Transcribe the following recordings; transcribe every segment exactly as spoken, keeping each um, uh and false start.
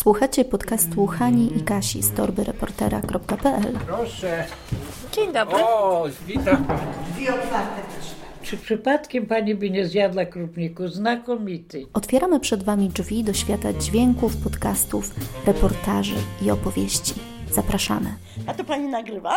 Słuchacie podcastu Hani i Kasi z torby reportera kropka pe el. Proszę. Dzień dobry. O, witam. Drzwi otwarte proszę. Czy przypadkiem pani by nie zjadła krupniku? Znakomity. Otwieramy przed Wami drzwi do świata dźwięków, podcastów, reportaży i opowieści. Zapraszamy. A to pani nagrywa?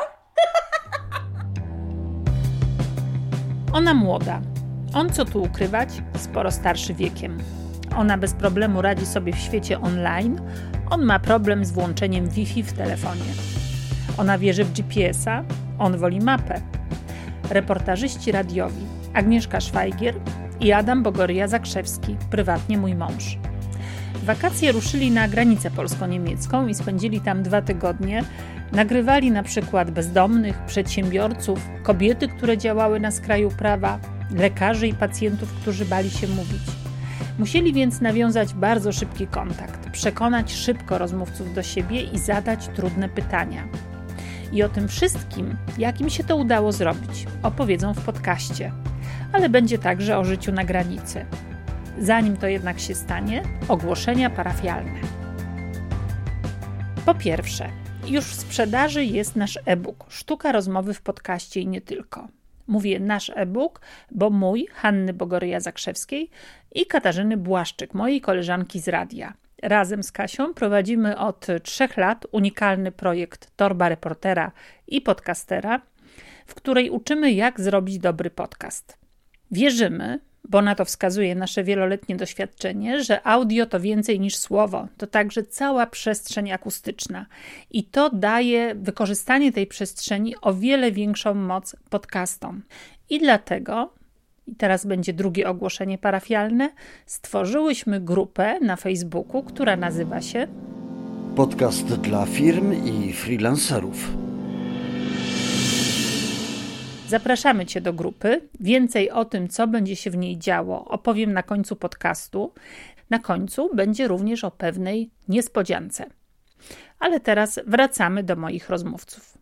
Ona młoda. On, co tu ukrywać, sporo starszy wiekiem. Ona bez problemu radzi sobie w świecie online. On ma problem z włączeniem Wi-Fi w telefonie. Ona wierzy w G P S a, on woli mapę. Reportażyści radiowi Agnieszka Szwajgier i Adam Bogoryja-Zakrzewski, prywatnie mój mąż. W wakacje ruszyli na granicę polsko-niemiecką i spędzili tam dwa tygodnie. Nagrywali na przykład bezdomnych, przedsiębiorców, kobiety, które działały na skraju prawa, lekarzy i pacjentów, którzy bali się mówić. Musieli więc nawiązać bardzo szybki kontakt, przekonać szybko rozmówców do siebie i zadać trudne pytania. I o tym wszystkim, jak im się to udało zrobić, opowiedzą w podcaście. Ale będzie także o życiu na granicy. Zanim to jednak się stanie, ogłoszenia parafialne. Po pierwsze, już w sprzedaży jest nasz e-book Sztuka rozmowy w podcaście i nie tylko. Mówię nasz e-book, bo mój, Hanny Bogoryja-Zakrzewskiej i Katarzyny Błaszczyk, mojej koleżanki z radia. Razem z Kasią prowadzimy od trzech lat unikalny projekt Torba Reportera i Podcastera, w której uczymy, jak zrobić dobry podcast. Wierzymy, bo na to wskazuje nasze wieloletnie doświadczenie, że audio to więcej niż słowo, to także cała przestrzeń akustyczna i to daje wykorzystanie tej przestrzeni o wiele większą moc podcastom. I dlatego, i teraz będzie drugie ogłoszenie parafialne, stworzyłyśmy grupę na Facebooku, która nazywa się Podcast dla firm i freelancerów. Zapraszamy Cię do grupy. Więcej o tym, co będzie się w niej działo, opowiem na końcu podcastu. Na końcu będzie również o pewnej niespodziance. Ale teraz wracamy do moich rozmówców.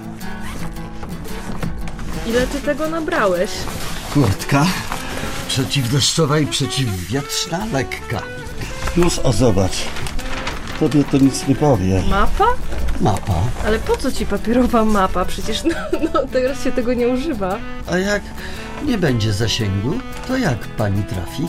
Ile Ty tego nabrałeś? Kurtka przeciwdeszczowa i przeciwwietrzna, lekka. Już, a zobacz. Tobie to nic nie powie. Mapa? Mapa. Ale po co Ci papierowa mapa? Przecież no, no teraz się tego nie używa. A jak nie będzie zasięgu, to jak pani trafi?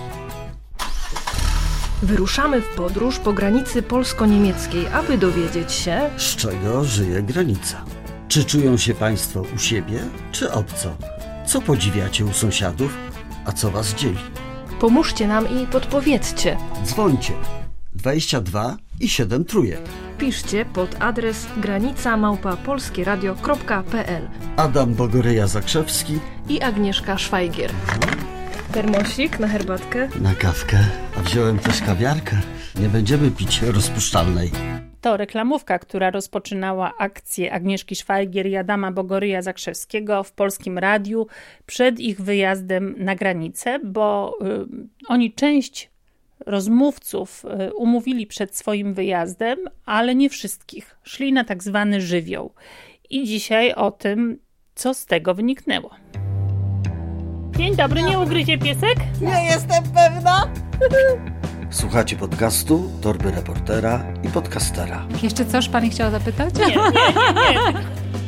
Wyruszamy w podróż po granicy polsko-niemieckiej, aby dowiedzieć się, Z czego żyje granica? Czy czują się państwo u siebie, czy obco? Co podziwiacie u sąsiadów, a co was dzieli? pomóżcie nam i podpowiedzcie. Dzwońcie. dwadzieścia dwa i siedem trójek. Piszcie pod adres granica małpa polskieradio kropka pe el. Adam Bogoryja-Zakrzewski. I Agnieszka Szwajgier. Termosik na herbatkę. Na kawkę. A wziąłem też kawiarkę. Nie będziemy pić rozpuszczalnej. To reklamówka, która rozpoczynała akcję Agnieszki Szwajgier i Adama Bogoryja-Zakrzewskiego w Polskim Radiu przed ich wyjazdem na granicę, bo y, oni część rozmówców y, umówili przed swoim wyjazdem, ale nie wszystkich. Szli na tak zwany żywioł. I dzisiaj o tym, co z tego wyniknęło. Dzień dobry, nie ugryzie piesek? Nie jestem pewna. Słuchacie podcastu Torby Reportera i Podcastera. Jeszcze coś pani chciała zapytać? Nie, nie, nie, nie.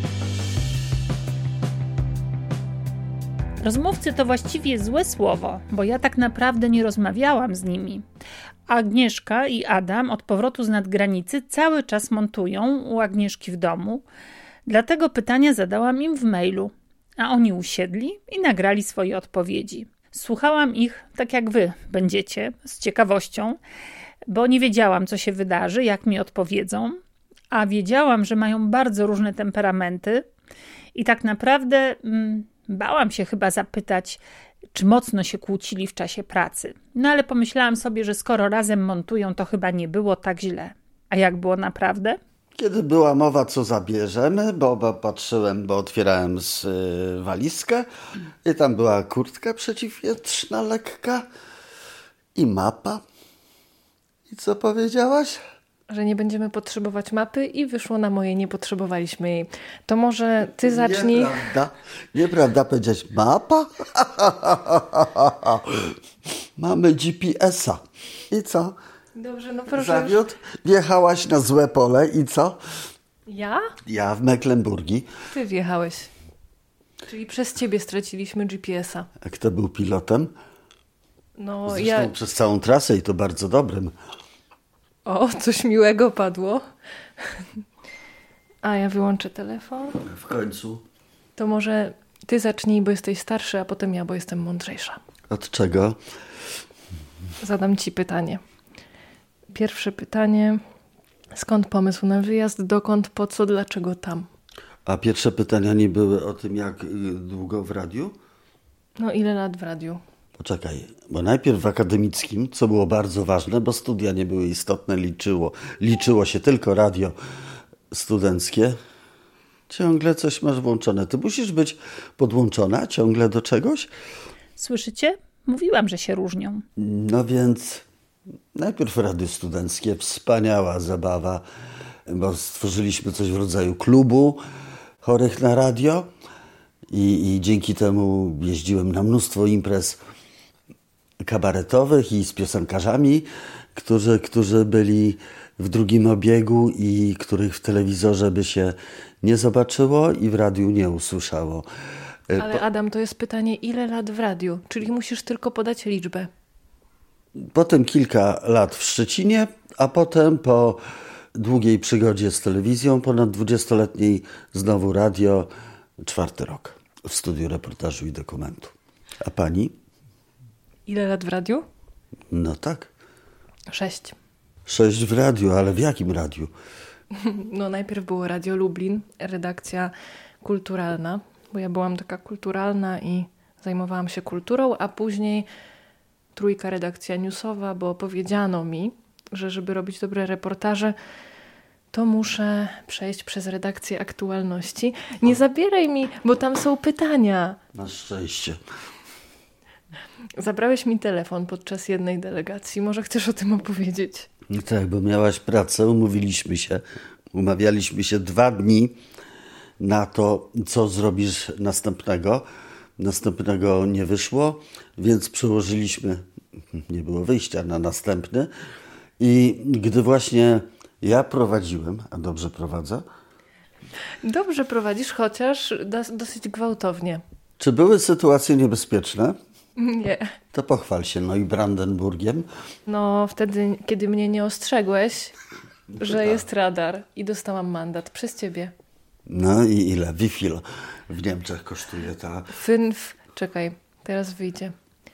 Rozmówcy to właściwie złe słowo, bo ja tak naprawdę nie rozmawiałam z nimi. Agnieszka i Adam od powrotu z nadgranicy cały czas montują u Agnieszki w domu, dlatego pytania zadałam im w mailu, a oni usiedli i nagrali swoje odpowiedzi. Słuchałam ich, tak jak wy będziecie, z ciekawością, bo nie wiedziałam, co się wydarzy, jak mi odpowiedzą, a wiedziałam, że mają bardzo różne temperamenty i tak naprawdę mm, bałam się chyba zapytać, czy mocno się kłócili w czasie pracy. No ale pomyślałam sobie, że skoro razem montują, to chyba nie było tak źle. A jak było naprawdę? Kiedy była mowa, co zabierzemy, bo, bo patrzyłem, bo otwierałem z y, walizkę i tam była kurtka przeciwwietrzna, lekka i mapa. I co powiedziałaś? Że nie będziemy potrzebować mapy i wyszło na moje, nie potrzebowaliśmy jej. To może ty zacznij. Nieprawda, nieprawda powiedzieć mapa? Mamy G P S a. I co? Dobrze, no proszę. Zawiódł? Wjechałaś na złe pole i co? Ja? Ja w Mecklenburgii. Ty wjechałeś. Czyli przez ciebie straciliśmy G P S a. A kto był pilotem? No Zresztą ja... przez całą trasę i to bardzo dobrym. O, coś miłego padło. A ja wyłączę telefon. W końcu. To może ty zacznij, bo jesteś starszy, a potem ja, bo jestem mądrzejsza. Od czego? Zadam ci pytanie. Pierwsze pytanie. Skąd pomysł na wyjazd? Dokąd? Po co? Dlaczego tam? A pierwsze pytania nie były o tym, jak y, długo w radiu? No ile lat w radiu? Poczekaj, bo najpierw w akademickim, co było bardzo ważne, bo studia nie były istotne, liczyło, liczyło się tylko radio studenckie. Ciągle coś masz włączone. Ty musisz być podłączona ciągle do czegoś? Słyszycie? Mówiłam, że się różnią. No więc najpierw radio studenckie, wspaniała zabawa, bo stworzyliśmy coś w rodzaju klubu chorych na radio i, i dzięki temu jeździłem na mnóstwo imprez kabaretowych i z piosenkarzami, którzy, którzy byli w drugim obiegu i których w telewizorze by się nie zobaczyło i w radiu nie usłyszało. Ale Adam, to jest pytanie, ile lat w radiu? Czyli musisz tylko podać liczbę. Potem kilka lat w Szczecinie, a potem po długiej przygodzie z telewizją, ponad dwudziestoletniej, znowu radio, czwarty rok w studiu reportażu i dokumentu. A pani? Ile lat w radiu? No tak. Sześć. Sześć w radiu, ale w jakim radiu? No najpierw było Radio Lublin, redakcja kulturalna, bo ja byłam taka kulturalna i zajmowałam się kulturą, a później trójka redakcja newsowa, bo powiedziano mi, że żeby robić dobre reportaże, to muszę przejść przez redakcję aktualności. Nie zabieraj mi, bo tam są pytania. Na szczęście. Zabrałeś mi telefon podczas jednej delegacji. Może chcesz o tym opowiedzieć? No tak, bo miałaś pracę, umówiliśmy się, umawialiśmy się dwa dni na to, co zrobisz następnego. Następnego nie wyszło, więc przełożyliśmy, nie było wyjścia, na następny. I gdy właśnie ja prowadziłem, a dobrze prowadzę. Dobrze prowadzisz, chociaż dos- dosyć gwałtownie. Czy były sytuacje niebezpieczne? Nie. To pochwal się, no i Brandenburgiem. No wtedy, kiedy mnie nie ostrzegłeś, że jest radar i dostałam mandat przez ciebie. No i ile? Wie viel w Niemczech kosztuje ta... Fünf, czekaj, teraz wyjdzie.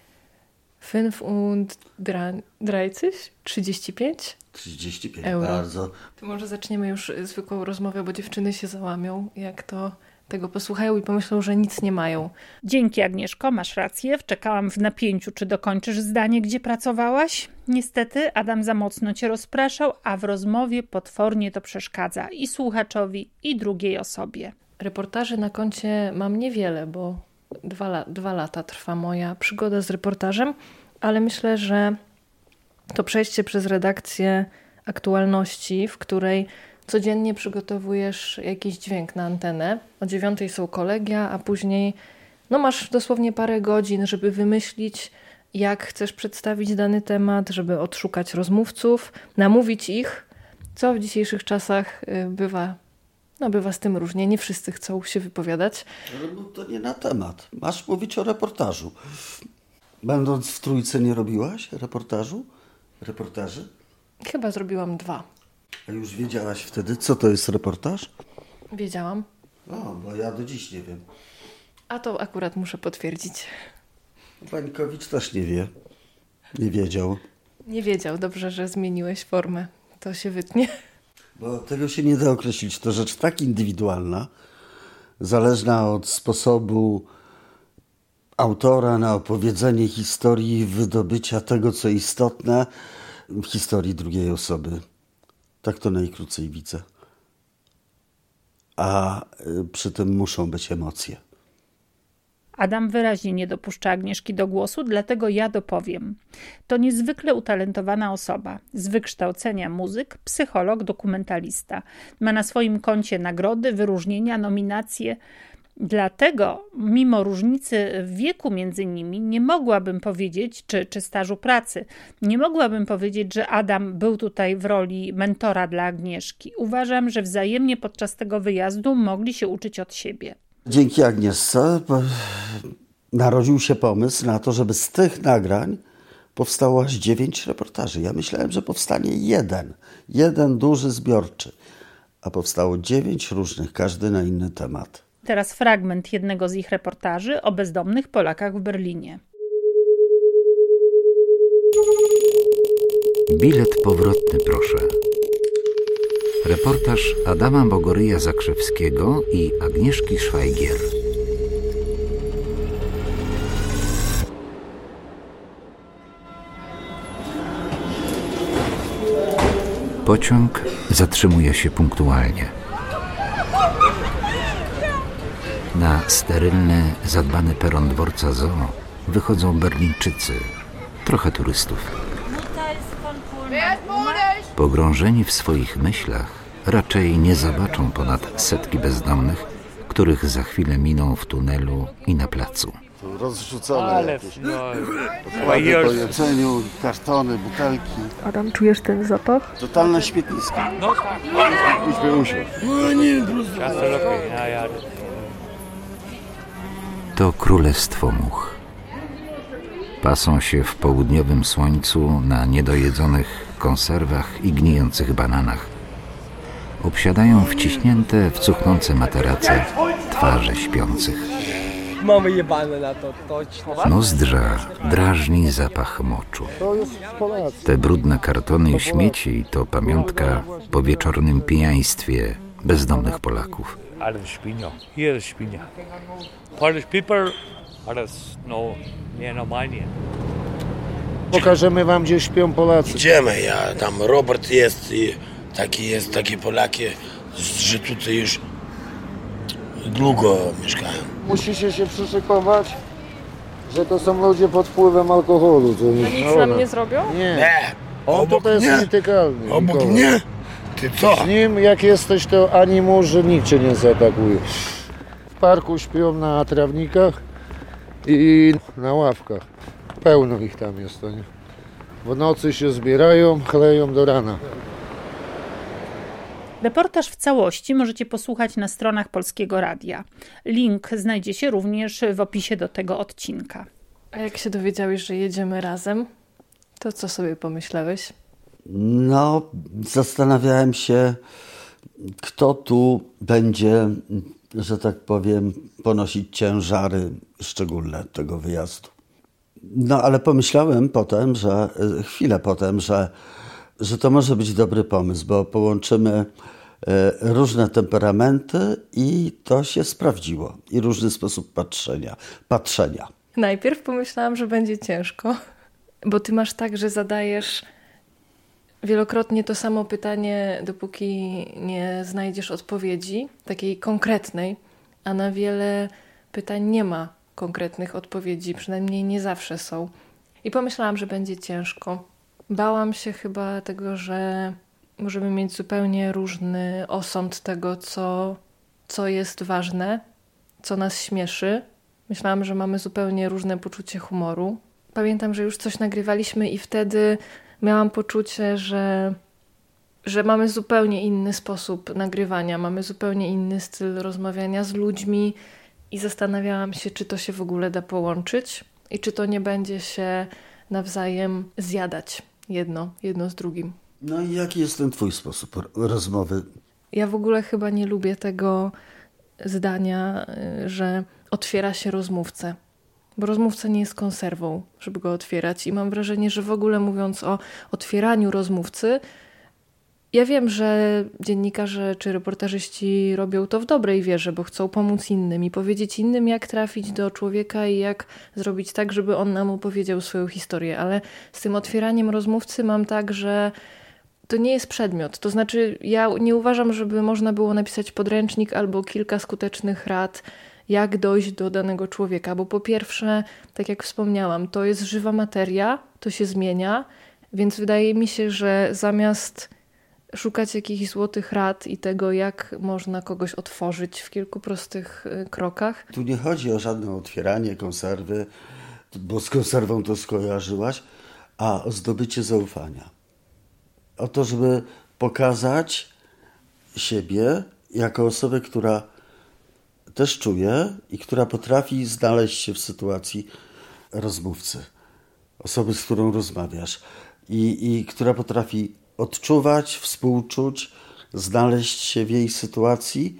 Fünf und dreißig? trzydzieści pięć? trzydzieści pięć euro. Bardzo. To może zaczniemy już zwykłą rozmowę, bo dziewczyny się załamią, jak to tego posłuchają i pomyślą, że nic nie mają. Dzięki, Agnieszko, masz rację. Czekałam w napięciu, czy dokończysz zdanie, gdzie pracowałaś. Niestety Adam za mocno cię rozpraszał, a w rozmowie potwornie to przeszkadza i słuchaczowi, i drugiej osobie. Reportaży na koncie mam niewiele, bo dwa, la- dwa lata trwa moja przygoda z reportażem, ale myślę, że to przejście przez redakcję aktualności, w której codziennie przygotowujesz jakiś dźwięk na antenę. O dziewiątej są kolegia, a później no masz dosłownie parę godzin, żeby wymyślić, jak chcesz przedstawić dany temat, żeby odszukać rozmówców, namówić ich, co w dzisiejszych czasach bywa, no bywa z tym różnie. Nie wszyscy chcą się wypowiadać. Ale no to nie na temat. Masz mówić o reportażu. Będąc w Trójce nie robiłaś reportażu? Reportaży? Chyba zrobiłam dwa. A już wiedziałaś wtedy, co to jest reportaż? Wiedziałam. O, bo ja do dziś nie wiem. A to akurat muszę potwierdzić. Wańkowicz też nie wie. Nie wiedział. Nie wiedział. Dobrze, że zmieniłeś formę. To się wytnie. Bo tego się nie da określić. To rzecz tak indywidualna, zależna od sposobu autora na opowiedzenie historii, wydobycia tego, co istotne w historii drugiej osoby. Tak to najkrócej widzę. A y, przy tym muszą być emocje. Adam wyraźnie nie dopuszcza Agnieszki do głosu, dlatego ja dopowiem. To niezwykle utalentowana osoba, z wykształcenia muzyk, psycholog, dokumentalista. Ma na swoim koncie nagrody, wyróżnienia, nominacje. Dlatego, mimo różnicy w wieku między nimi, nie mogłabym powiedzieć, czy, czy stażu pracy, nie mogłabym powiedzieć, że Adam był tutaj w roli mentora dla Agnieszki. Uważam, że wzajemnie podczas tego wyjazdu mogli się uczyć od siebie. Dzięki Agnieszce narodził się pomysł na to, żeby z tych nagrań powstało aż dziewięć reportaży. Ja myślałem, że powstanie jeden, jeden duży zbiorczy, a powstało dziewięć różnych, każdy na inny temat. Teraz fragment jednego z ich reportaży o bezdomnych Polakach w Berlinie. Bilet powrotny, proszę. Reportaż Adama Bogoryja Zakrzewskiego i Agnieszki Szwajgier. Pociąg zatrzymuje się punktualnie. Na sterylny, zadbany peron dworca Zoo wychodzą Berlińczycy, trochę turystów. Pogrążeni w swoich myślach raczej nie zobaczą ponad setki bezdomnych, których za chwilę miną w tunelu i na placu. Rozrzucone jakieś odpady po jedzeniu, kartony, butelki. Adam, czujesz ten zapach? Totalne śmietnisko. Idźmy usiąść. To królestwo much. Pasą się w południowym słońcu na niedojedzonych konserwach i gnijących bananach. Obsiadają wciśnięte w cuchnące materace twarze śpiących. Mamy jebane na to, точно. Nozdrza drażni zapach moczu. Te brudne kartony i śmieci to pamiątka po wieczornym pijaństwie bezdomnych Polaków. Alles świnia, hier jest świnia. Polish people, alles no, nie normalnie. Pokażemy wam, gdzie śpią Polacy. Idziemy, ja tam Robert jest i taki jest, takie Polaki, że tutaj już długo mieszkają. Musicie się przyszykować, że to są ludzie pod wpływem alkoholu. To nic no, nam nie zrobią? Nie. Nie. On to jest nietykalny. Obok nikogo. Mnie? Ty co? Z nim jak jesteś, to ani może nikt cię nie zaatakuje. W parku śpią na trawnikach i na ławkach. Pełno ich tam jest. To nie? W nocy się zbierają, chleją do rana. Reportaż w całości możecie posłuchać na stronach Polskiego Radia. Link znajdzie się również w opisie do tego odcinka. A jak się dowiedziałeś, że jedziemy razem, to co sobie pomyślałeś? No, zastanawiałem się, kto tu będzie, że tak powiem, ponosić ciężary szczególne tego wyjazdu. No, ale pomyślałem potem, że chwilę potem, że, że to może być dobry pomysł, bo połączymy różne temperamenty i to się sprawdziło. I różny sposób patrzenia. patrzenia. Najpierw pomyślałam, że będzie ciężko, bo ty masz tak, że zadajesz wielokrotnie to samo pytanie, dopóki nie znajdziesz odpowiedzi, takiej konkretnej, a na wiele pytań nie ma konkretnych odpowiedzi, przynajmniej nie zawsze są. I pomyślałam, że będzie ciężko. Bałam się chyba tego, że możemy mieć zupełnie różny osąd tego, co, co jest ważne, co nas śmieszy. Myślałam, że mamy zupełnie różne poczucie humoru. Pamiętam, że już coś nagrywaliśmy i wtedy miałam poczucie, że, że mamy zupełnie inny sposób nagrywania, mamy zupełnie inny styl rozmawiania z ludźmi i zastanawiałam się, czy to się w ogóle da połączyć i czy to nie będzie się nawzajem zjadać jedno, jedno z drugim. No i jaki jest ten twój sposób rozmowy? Ja w ogóle chyba nie lubię tego zdania, że otwiera się rozmówcę. Bo rozmówca nie jest konserwą, żeby go otwierać. I mam wrażenie, że w ogóle mówiąc o otwieraniu rozmówcy, ja wiem, że dziennikarze czy reportażyści robią to w dobrej wierze, bo chcą pomóc innym i powiedzieć innym, jak trafić do człowieka i jak zrobić tak, żeby on nam opowiedział swoją historię. Ale z tym otwieraniem rozmówcy mam tak, że to nie jest przedmiot. To znaczy, ja nie uważam, żeby można było napisać podręcznik albo kilka skutecznych rad, jak dojść do danego człowieka. Bo po pierwsze, tak jak wspomniałam, to jest żywa materia, to się zmienia, więc wydaje mi się, że zamiast szukać jakichś złotych rad i tego, jak można kogoś otworzyć w kilku prostych krokach. Tu nie chodzi o żadne otwieranie konserwy, bo z konserwą to skojarzyłaś, a o zdobycie zaufania. O to, żeby pokazać siebie jako osobę, która też czuje i która potrafi znaleźć się w sytuacji rozmówcy, osoby, z którą rozmawiasz i, i która potrafi odczuwać, współczuć, znaleźć się w jej sytuacji,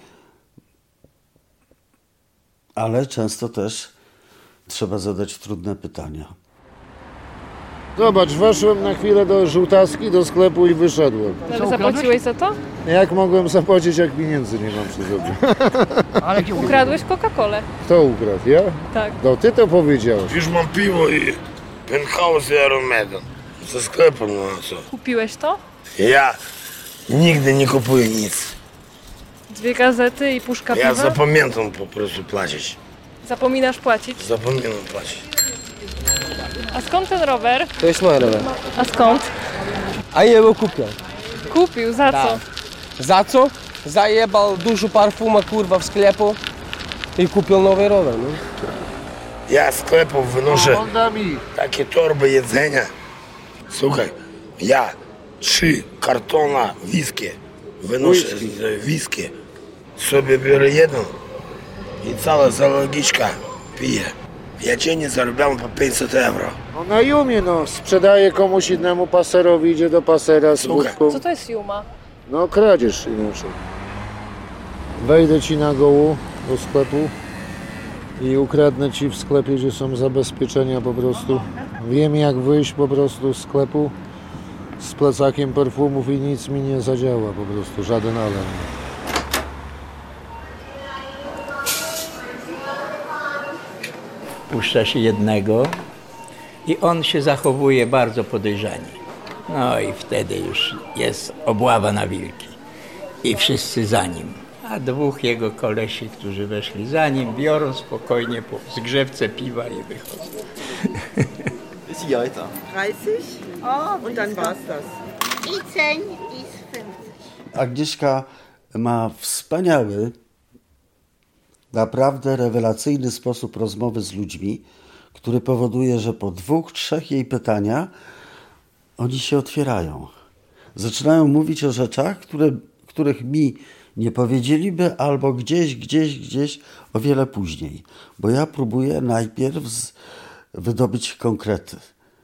ale często też trzeba zadać trudne pytania. Zobacz, weszłem na chwilę do żółtaski, do sklepu i wyszedłem. Ale zapłaciłeś za to? Jak mogłem zapłacić, jak pieniędzy nie mam przy sobie? Ale ukradłeś Coca-Colę. Kto ukradł? Ja? Tak. No ty to powiedziałeś. Już mam piwo i penthouse i Euromedon. Ze sklepu, no co? Kupiłeś to? Ja nigdy nie kupuję nic. Dwie gazety i puszka Ja piwa? zapamiętam po prostu płacić. Zapominasz płacić? Zapominam płacić. A skąd ten rower? To jest mój rower. A skąd? A ja go kupił. Kupił, za co? Tak. Za co? Zajebał dużo parfuma, kurwa, w sklepu i kupił nowy rower, no. Ja z sklepu wynoszę takie torby jedzenia. Słuchaj, ja trzy kartona whisky wynoszę z whisky. Sobie biorę jeden i cała zalogiczka piję. Ja dziennie zarabiam po pięćset euro. No na Jumie, no. Sprzedaje komuś innemu paserowi, idzie do pasera z wódką. Co to jest Juma? No kradzież inaczej. Wejdę ci na gołu do sklepu i ukradnę ci w sklepie, gdzie są zabezpieczenia po prostu. Wiem, jak wyjść po prostu z sklepu z plecakiem perfumów i nic mi nie zadziała po prostu, żaden alarm. Puszcza się jednego i on się zachowuje bardzo podejrzanie. No i wtedy już jest obława na wilki. I wszyscy za nim. A dwóch jego kolesi, którzy weszli za nim, biorą spokojnie po zgrzewce piwa i wychodzą. Wie viel Alter? dreißig O, und dann war's das. I zehn, i fünfzig. Agnieszka ma wspaniały, naprawdę rewelacyjny sposób rozmowy z ludźmi, który powoduje, że po dwóch, trzech jej pytaniach oni się otwierają. Zaczynają mówić o rzeczach, które, których mi nie powiedzieliby, albo gdzieś, gdzieś, gdzieś o wiele później. Bo ja próbuję najpierw z, wydobyć konkrety.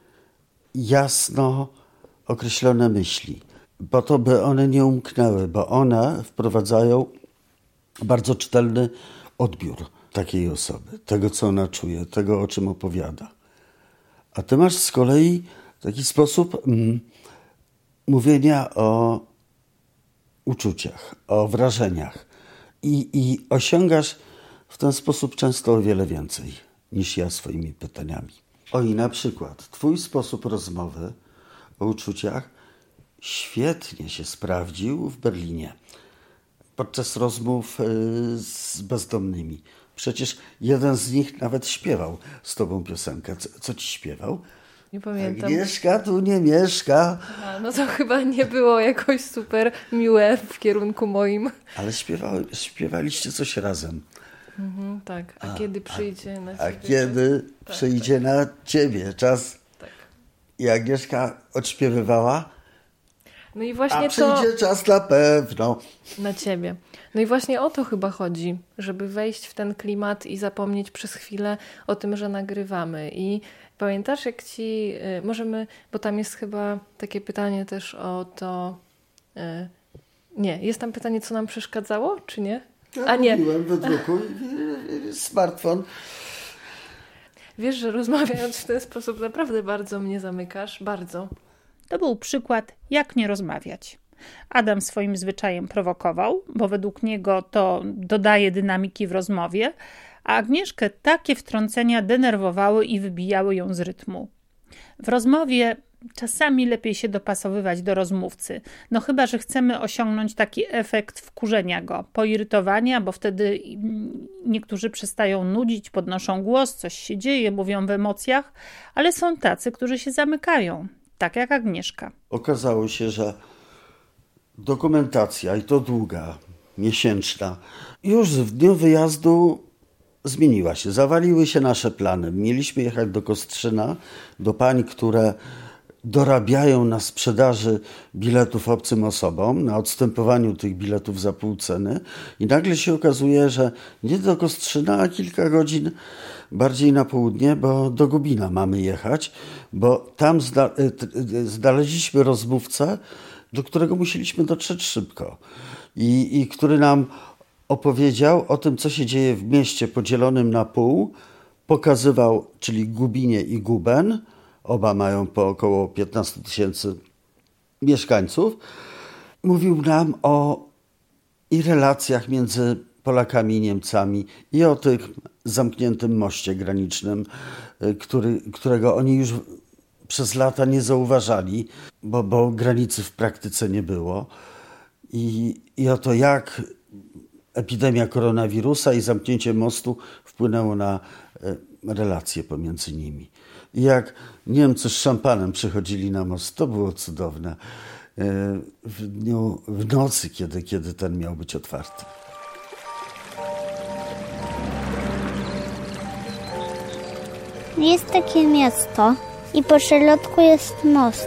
Jasno określone myśli. Po to, by one nie umknęły, bo one wprowadzają bardzo czytelny odbiór takiej osoby, tego, co ona czuje, tego, o czym opowiada. A ty masz z kolei taki sposób mm, mówienia o uczuciach, o wrażeniach I, i osiągasz w ten sposób często o wiele więcej niż ja swoimi pytaniami. O i na przykład twój sposób rozmowy o uczuciach świetnie się sprawdził w Berlinie podczas rozmów z bezdomnymi. Przecież jeden z nich nawet śpiewał z tobą piosenkę. Co, co ci śpiewał? Nie pamiętam. Agnieszka tu nie mieszka. A, no to chyba nie było jakoś super miłe w kierunku moim. Ale śpiewały, śpiewaliście coś razem. Mhm, tak. A, a kiedy przyjdzie a, na ciebie? A kiedy tak, przyjdzie tak. na ciebie czas. Tak. I Agnieszka odśpiewywała. No i właśnie a przyjdzie to... czas na pewno. Na ciebie. No i właśnie o to chyba chodzi, żeby wejść w ten klimat i zapomnieć przez chwilę o tym, że nagrywamy. I pamiętasz, jak ci y, możemy, bo tam jest chyba takie pytanie też o to... Y, nie, jest tam pytanie, co nam przeszkadzało, czy nie? Ja a nie. Mówiłem, wydrukuj smartfon. Wiesz, że rozmawiając w ten sposób naprawdę bardzo mnie zamykasz. Bardzo. To był przykład, jak nie rozmawiać. Adam swoim zwyczajem prowokował, bo według niego to dodaje dynamiki w rozmowie, a Agnieszkę takie wtrącenia denerwowały i wybijały ją z rytmu. W rozmowie czasami lepiej się dopasowywać do rozmówcy, no chyba że chcemy osiągnąć taki efekt wkurzenia go, poirytowania, bo wtedy niektórzy przestają nudzić, podnoszą głos, coś się dzieje, mówią w emocjach, ale są tacy, którzy się zamykają, tak jak Agnieszka. Okazało się, że Dokumentacja, i to długa, miesięczna. Już w dniu wyjazdu zmieniła się, zawaliły się nasze plany. Mieliśmy jechać do Kostrzyna, do pań, które dorabiają na sprzedaży biletów obcym osobom, na odstępowaniu tych biletów za pół ceny. I nagle się okazuje, że nie do Kostrzyna, a kilka godzin bardziej na południe, bo do Gubina mamy jechać, bo tam zna- znaleźliśmy rozmówcę, do którego musieliśmy dotrzeć szybko i, i który nam opowiedział o tym, co się dzieje w mieście podzielonym na pół, pokazywał, czyli Gubinie i Guben, oba mają po około piętnaście tysięcy mieszkańców, mówił nam o i relacjach między Polakami i Niemcami i o tym zamkniętym moście granicznym, który, którego oni już przez lata nie zauważali, bo, bo granicy w praktyce nie było. I, i o to, jak epidemia koronawirusa i zamknięcie mostu wpłynęło na relacje pomiędzy nimi. I jak Niemcy z szampanem przychodzili na most, to było cudowne. W dniu, w nocy, kiedy, kiedy ten miał być otwarty. Jest takie miasto i po środku jest most.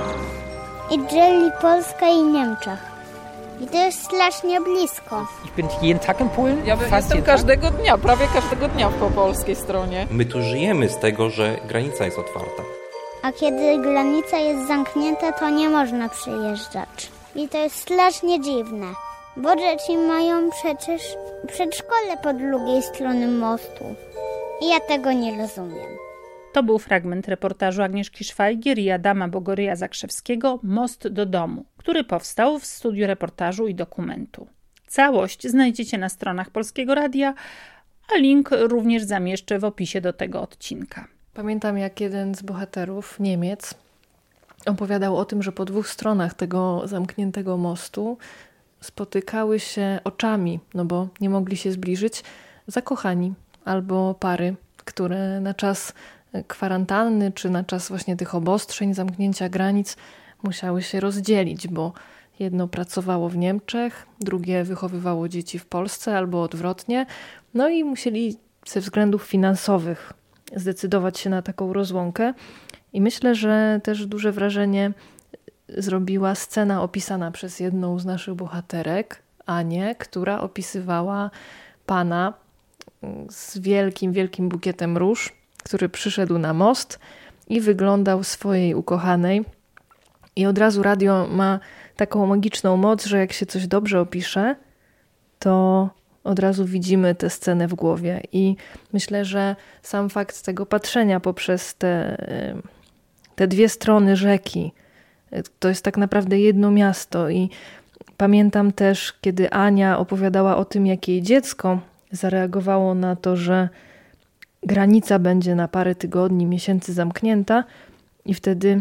I dzieli Polskę i Niemczech. I to jest strasznie blisko. Ich bin jeden Tag in Polen. Ja jestem każdego dnia, prawie każdego dnia po polskiej stronie. My tu żyjemy z tego, że granica jest otwarta. A kiedy granica jest zamknięta, to nie można przyjeżdżać. I to jest strasznie dziwne, bo dzieci mają przecież przedszkole po drugiej stronie mostu. I ja tego nie rozumiem. To był fragment reportażu Agnieszki Szwajgier i Adama Bogoryja Zakrzewskiego „Most do domu”, który powstał w studiu reportażu i dokumentu. Całość znajdziecie na stronach Polskiego Radia, a link również zamieszczę w opisie do tego odcinka. Pamiętam, jak jeden z bohaterów, Niemiec, opowiadał o tym, że po dwóch stronach tego zamkniętego mostu spotykały się oczami, no bo nie mogli się zbliżyć, zakochani albo pary, które na czas kwarantanny czy na czas właśnie tych obostrzeń, zamknięcia granic musiały się rozdzielić, bo jedno pracowało w Niemczech, drugie wychowywało dzieci w Polsce albo odwrotnie, no i musieli ze względów finansowych zdecydować się na taką rozłąkę. I myślę, że też duże wrażenie zrobiła scena opisana przez jedną z naszych bohaterek, Anię, która opisywała pana z wielkim, wielkim bukietem róż, który przyszedł na most i wyglądał swojej ukochanej. I od razu radio ma taką magiczną moc, że jak się coś dobrze opisze, to od razu widzimy tę scenę w głowie. I myślę, że sam fakt tego patrzenia poprzez te, te dwie strony rzeki, to jest tak naprawdę jedno miasto. I pamiętam też, kiedy Ania opowiadała o tym, jak jej dziecko zareagowało na to, że granica będzie na parę tygodni, miesięcy zamknięta, i wtedy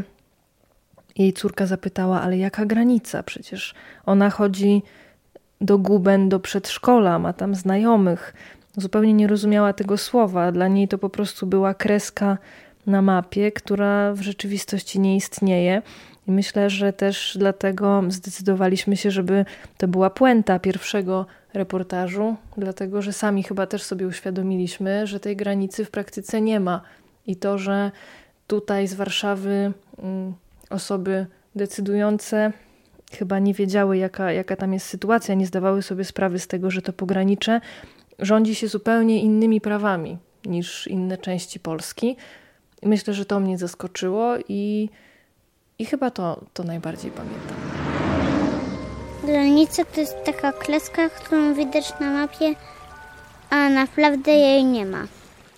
jej córka zapytała, ale jaka granica? Przecież ona chodzi do Guben, do przedszkola, ma tam znajomych. Zupełnie nie rozumiała tego słowa. Dla niej to po prostu była kreska na mapie, która w rzeczywistości nie istnieje. I myślę, że też dlatego zdecydowaliśmy się, żeby to była puenta pierwszego reportażu, dlatego że sami chyba też sobie uświadomiliśmy, że tej granicy w praktyce nie ma. I to, że tutaj z Warszawy osoby decydujące chyba nie wiedziały, jaka, jaka tam jest sytuacja, nie zdawały sobie sprawy z tego, że to pogranicze rządzi się zupełnie innymi prawami niż inne części Polski. I myślę, że to mnie zaskoczyło i, i chyba to, to najbardziej pamiętam. Granica to jest taka kreska, którą widać na mapie, a naprawdę jej nie ma.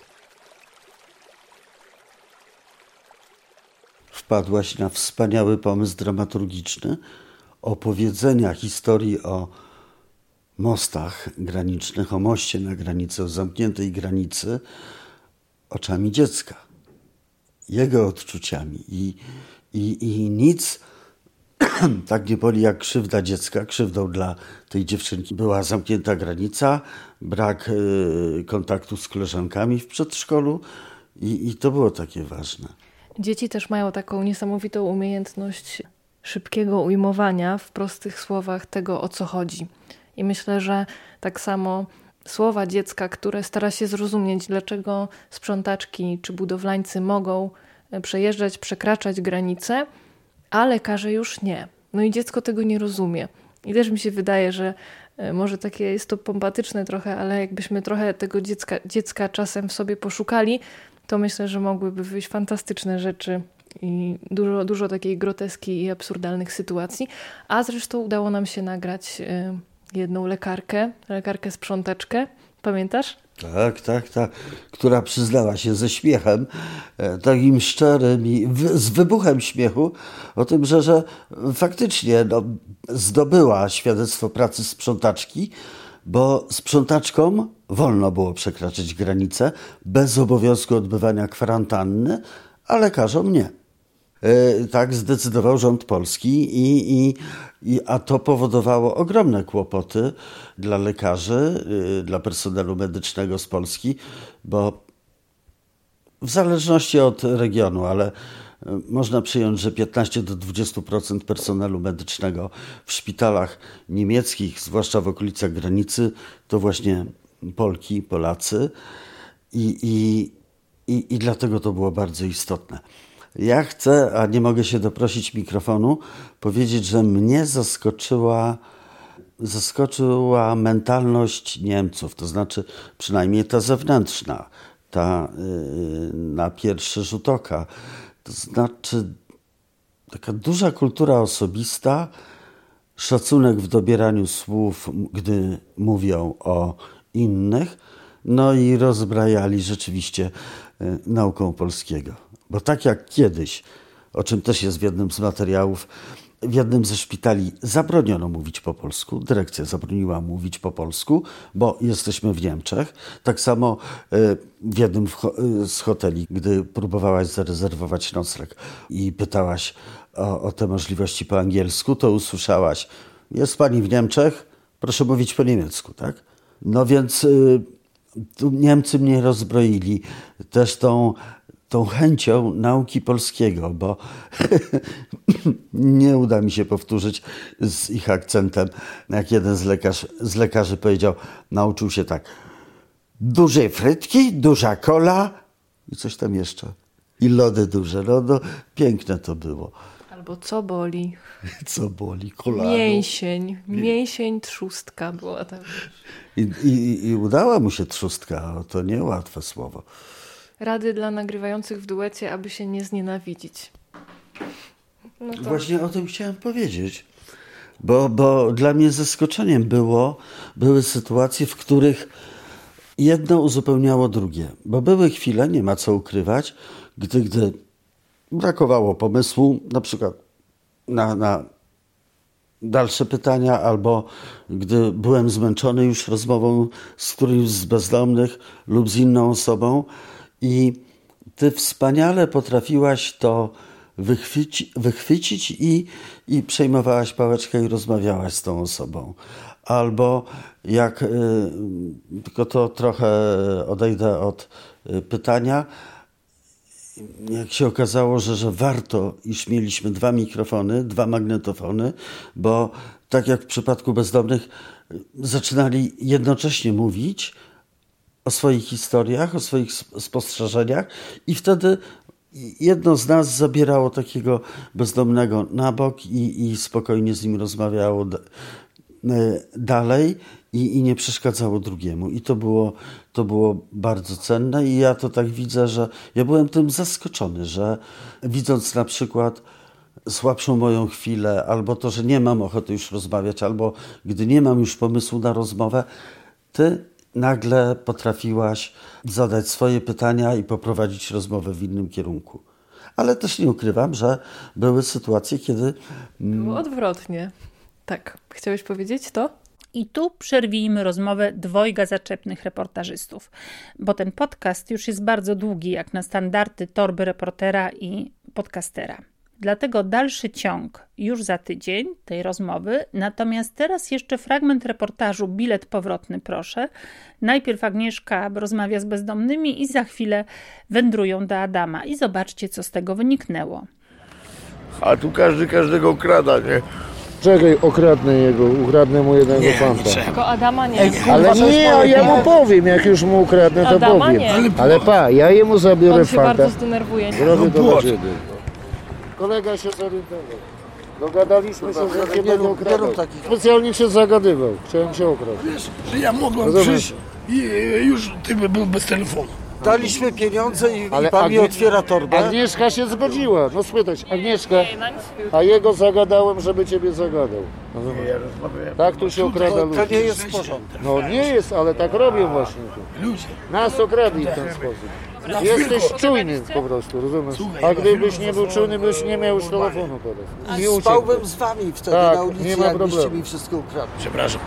Wpadłaś na wspaniały pomysł dramaturgiczny opowiedzenia historii o mostach granicznych, o moście na granicy, o zamkniętej granicy oczami dziecka, jego odczuciami. I, i, i nic tak nie boli jak krzywda dziecka. Krzywdą dla tej dziewczynki była zamknięta granica, brak y, kontaktu z koleżankami w przedszkolu i, i to było takie ważne. Dzieci też mają taką niesamowitą umiejętność szybkiego ujmowania w prostych słowach tego, o co chodzi. I myślę, że tak samo słowa dziecka, które stara się zrozumieć, dlaczego sprzątaczki czy budowlańcy mogą przejeżdżać, przekraczać granice, a lekarze już nie. No i dziecko tego nie rozumie. I też mi się wydaje, że może takie jest to pompatyczne trochę, ale jakbyśmy trochę tego dziecka, dziecka czasem w sobie poszukali, to myślę, że mogłyby wyjść fantastyczne rzeczy i dużo, dużo takiej groteski i absurdalnych sytuacji. A zresztą udało nam się nagrać jedną lekarkę, lekarkę sprzątaczkę. Pamiętasz? Tak, tak, tak. Która przyznała się ze śmiechem, takim szczerym i w, z wybuchem śmiechu o tym, że, że faktycznie no, zdobyła świadectwo pracy sprzątaczki, bo sprzątaczkom wolno było przekraczać granicę bez obowiązku odbywania kwarantanny, a lekarzom nie. Tak zdecydował rząd polski, i, i, i, a to powodowało ogromne kłopoty dla lekarzy, dla personelu medycznego z Polski, bo w zależności od regionu, ale można przyjąć, że piętnaście do dwudziestu procent personelu medycznego w szpitalach niemieckich, zwłaszcza w okolicach granicy, to właśnie Polki, Polacy i, i, i, i dlatego to było bardzo istotne. Ja chcę, a nie mogę się doprosić mikrofonu, powiedzieć, że mnie zaskoczyła, zaskoczyła mentalność Niemców, to znaczy przynajmniej ta zewnętrzna, ta yy, na pierwszy rzut oka. To znaczy taka duża kultura osobista, szacunek w dobieraniu słów, gdy mówią o innych, no i rozbrajali rzeczywiście yy, nauką polskiego. Bo tak jak kiedyś, o czym też jest w jednym z materiałów, w jednym ze szpitali zabroniono mówić po polsku, dyrekcja zabroniła mówić po polsku, bo jesteśmy w Niemczech. Tak samo w jednym z hoteli, gdy próbowałaś zarezerwować nocleg i pytałaś o, o te możliwości po angielsku, to usłyszałaś: jest pani w Niemczech, proszę mówić po niemiecku, tak? No więc tu Niemcy mnie rozbroili też tą tą chęcią nauki polskiego, bo nie uda mi się powtórzyć z ich akcentem, jak jeden z, lekarz, z lekarzy powiedział, nauczył się tak: duże frytki, duża kola i coś tam jeszcze. I lody duże. No, no piękne to było. Albo co boli? Co boli? Kolano. Mięsień. Mięsień trzustka była tam. I, i, I udała mu się trzustka. To niełatwe słowo. Rady dla nagrywających w duecie, aby się nie znienawidzić. No to... Właśnie o tym chciałem powiedzieć. Bo, bo dla mnie zaskoczeniem było, były sytuacje, w których jedno uzupełniało drugie. Bo były chwile, nie ma co ukrywać, gdy, gdy brakowało pomysłu, na przykład na, na dalsze pytania, albo gdy byłem zmęczony już rozmową z którymś z bezdomnych lub z inną osobą, i ty wspaniale potrafiłaś to wychwyci, wychwycić i, i przejmowałaś pałeczkę i rozmawiałaś z tą osobą. Albo jak, y, tylko to trochę odejdę od y, pytania, jak się okazało, że, że warto, iż mieliśmy dwa mikrofony, dwa magnetofony, bo tak jak w przypadku bezdomnych zaczynali jednocześnie mówić o swoich historiach, o swoich spostrzeżeniach i wtedy jedno z nas zabierało takiego bezdomnego na bok i, i spokojnie z nim rozmawiało d- dalej i, i nie przeszkadzało drugiemu. I to było, to było bardzo cenne i ja to tak widzę, że ja byłem tym zaskoczony, że widząc na przykład słabszą moją chwilę, albo to, że nie mam ochoty już rozmawiać, albo gdy nie mam już pomysłu na rozmowę, ty nagle potrafiłaś zadać swoje pytania i poprowadzić rozmowę w innym kierunku. Ale też nie ukrywam, że były sytuacje, kiedy... Było odwrotnie. Tak. Chciałeś powiedzieć to? I tu przerwijmy rozmowę dwojga zaczepnych reportażystów, bo ten podcast już jest bardzo długi, jak na standardy torby reportera i podcastera. Dlatego dalszy ciąg już za tydzień tej rozmowy, natomiast teraz jeszcze fragment reportażu Bilet powrotny, proszę. Najpierw Agnieszka rozmawia z bezdomnymi i za chwilę wędrują do Adama. I zobaczcie, co z tego wyniknęło. A tu każdy każdego okrada, nie? Czekaj, okradnę jego, ukradnę mu jednego Nie, fanta. nie trzeba. Tylko Adama nie. Ej, Ale nie, a ja mu powiem, jak już mu ukradnę, to Adama powiem. nie. Ale, ale pa, ja jemu zabiorę On się fanta. bardzo zdenerwuje. Zrobię No to błąd. dla ciebie. Kolega się zorientował. Dogadaliśmy się, że nie będę okradał. Specjalnie cię zagadywał. Chciałem cię okraść. Wiesz, że ja mogłem Rozumiesz? przyjść i e, już ty by był bez telefonu. Daliśmy pieniądze i, Ale i pan mi Agnie- otwiera torbę. Agnieszka się zgodziła. No spytać, Agnieszka, a jego zagadałem, żeby ciebie zagadał. Nie, ja rozmawiałem. Tak tu się okrada To, ludzi. to nie jest w porządku. No nie jest, ale tak robią właśnie tu. Ludzie. Nas okradli w ten sposób. Jesteś czujny po prostu, rozumiesz? A gdybyś nie był czujny, byś nie miał już telefonu teraz. Nie uciekł. Spałbym z wami wtedy Tak, na ulicy, nie ma jakbyście problemu. mi wszystko ukradli. Przepraszam.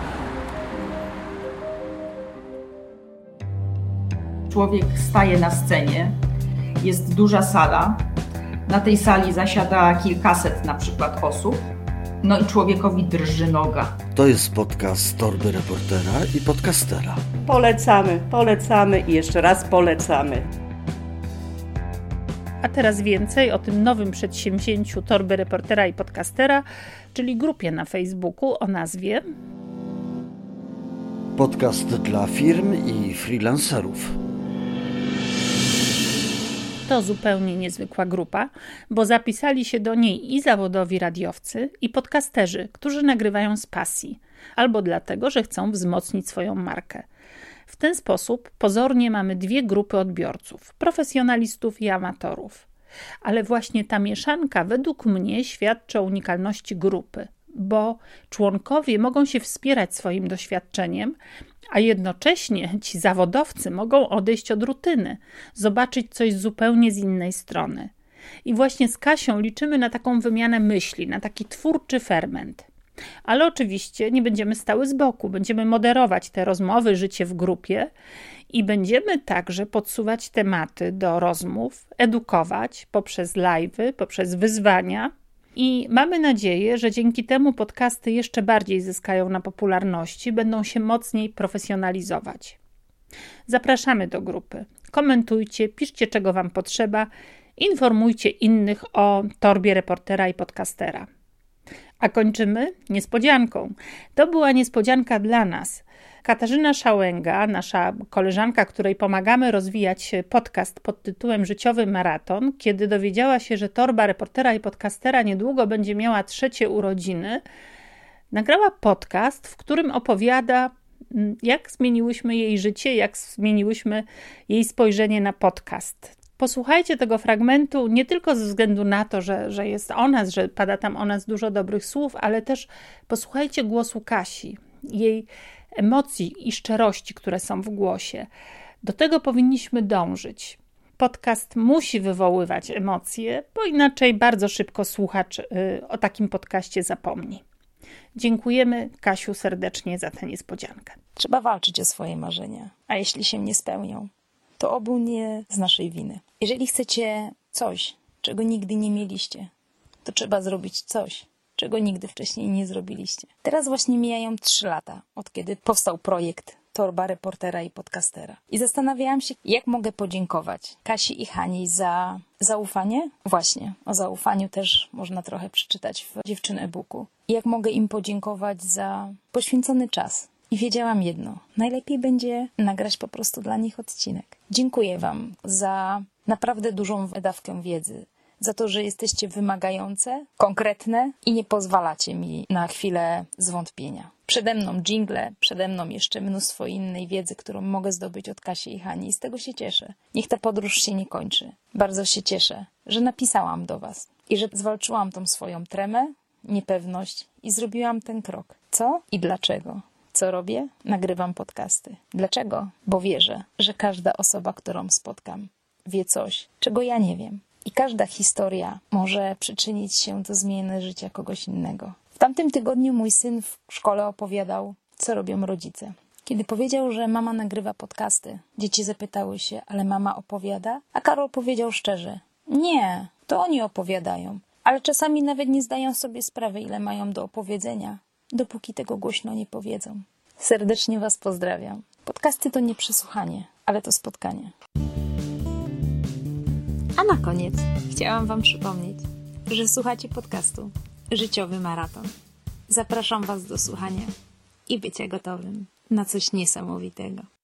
Człowiek staje na scenie, jest duża sala, na tej sali zasiada kilkaset na przykład osób, no i człowiekowi drży noga. To jest podcast Torby Reportera i Podcastera. Polecamy, polecamy i jeszcze raz polecamy. A teraz więcej o tym nowym przedsięwzięciu Torby Reportera i Podcastera, czyli grupie na Facebooku o nazwie Podcast dla firm i freelancerów. To zupełnie niezwykła grupa, bo zapisali się do niej i zawodowi radiowcy, i podcasterzy, którzy nagrywają z pasji, albo dlatego, że chcą wzmocnić swoją markę. W ten sposób pozornie mamy dwie grupy odbiorców, profesjonalistów i amatorów. Ale właśnie ta mieszanka według mnie świadczy o unikalności grupy, bo członkowie mogą się wspierać swoim doświadczeniem, a jednocześnie ci zawodowcy mogą odejść od rutyny, zobaczyć coś zupełnie z innej strony. I właśnie z Kasią liczymy na taką wymianę myśli, na taki twórczy ferment. Ale oczywiście nie będziemy stały z boku, będziemy moderować te rozmowy, życie w grupie i będziemy także podsuwać tematy do rozmów, edukować poprzez live'y, poprzez wyzwania. I mamy nadzieję, że dzięki temu podcasty jeszcze bardziej zyskają na popularności, będą się mocniej profesjonalizować. Zapraszamy do grupy. Komentujcie, piszcie czego Wam potrzeba, informujcie innych o Torbie Reportera i Podcastera. A kończymy niespodzianką. To była niespodzianka dla nas. Katarzyna Szałęga, nasza koleżanka, której pomagamy rozwijać podcast pod tytułem Życiowy Maraton, kiedy dowiedziała się, że Torba Reportera i Podcastera niedługo będzie miała trzecie urodziny, nagrała podcast, w którym opowiada, jak zmieniłyśmy jej życie, jak zmieniłyśmy jej spojrzenie na podcast. Posłuchajcie tego fragmentu nie tylko ze względu na to, że, że jest o nas, że pada tam o nas dużo dobrych słów, ale też posłuchajcie głosu Kasi, jej emocji i szczerości, które są w głosie. Do tego powinniśmy dążyć. Podcast musi wywoływać emocje, bo inaczej bardzo szybko słuchacz y, o takim podcaście zapomni. Dziękujemy, Kasiu, serdecznie za tę niespodziankę. Trzeba walczyć o swoje marzenia, a jeśli się nie spełnią, to obu nie z naszej winy. Jeżeli chcecie coś, czego nigdy nie mieliście, to trzeba zrobić coś, czego nigdy wcześniej nie zrobiliście. Teraz właśnie mijają trzy lata, od kiedy powstał projekt Torba Reportera i Podcastera. I zastanawiałam się, jak mogę podziękować Kasi i Hani za zaufanie. Właśnie, o zaufaniu też można trochę przeczytać w Dziewczyn e-booku. I jak mogę im podziękować za poświęcony czas. I wiedziałam jedno, najlepiej będzie nagrać po prostu dla nich odcinek. Dziękuję Wam za naprawdę dużą dawkę wiedzy, za to, że jesteście wymagające, konkretne i nie pozwalacie mi na chwilę zwątpienia. Przede mną dżingle, przede mną jeszcze mnóstwo innej wiedzy, którą mogę zdobyć od Kasi i Hani i z tego się cieszę. Niech ta podróż się nie kończy. Bardzo się cieszę, że napisałam do Was i że zwalczyłam tą swoją tremę, niepewność i zrobiłam ten krok. Co i dlaczego? Co robię? Nagrywam podcasty. Dlaczego? Bo wierzę, że każda osoba, którą spotkam, wie coś, czego ja nie wiem. I każda historia może przyczynić się do zmiany życia kogoś innego. W tamtym tygodniu mój syn w szkole opowiadał, co robią rodzice. Kiedy powiedział, że mama nagrywa podcasty, dzieci zapytały się, ale mama opowiada? A Karol powiedział szczerze, nie, to oni opowiadają. Ale czasami nawet nie zdają sobie sprawy, ile mają do opowiedzenia, dopóki tego głośno nie powiedzą. Serdecznie Was pozdrawiam. Podcasty to nie przesłuchanie, ale to spotkanie. A na koniec chciałam Wam przypomnieć, że słuchacie podcastu Życiowy Maraton. Zapraszam Was do słuchania i bycia gotowym na coś niesamowitego.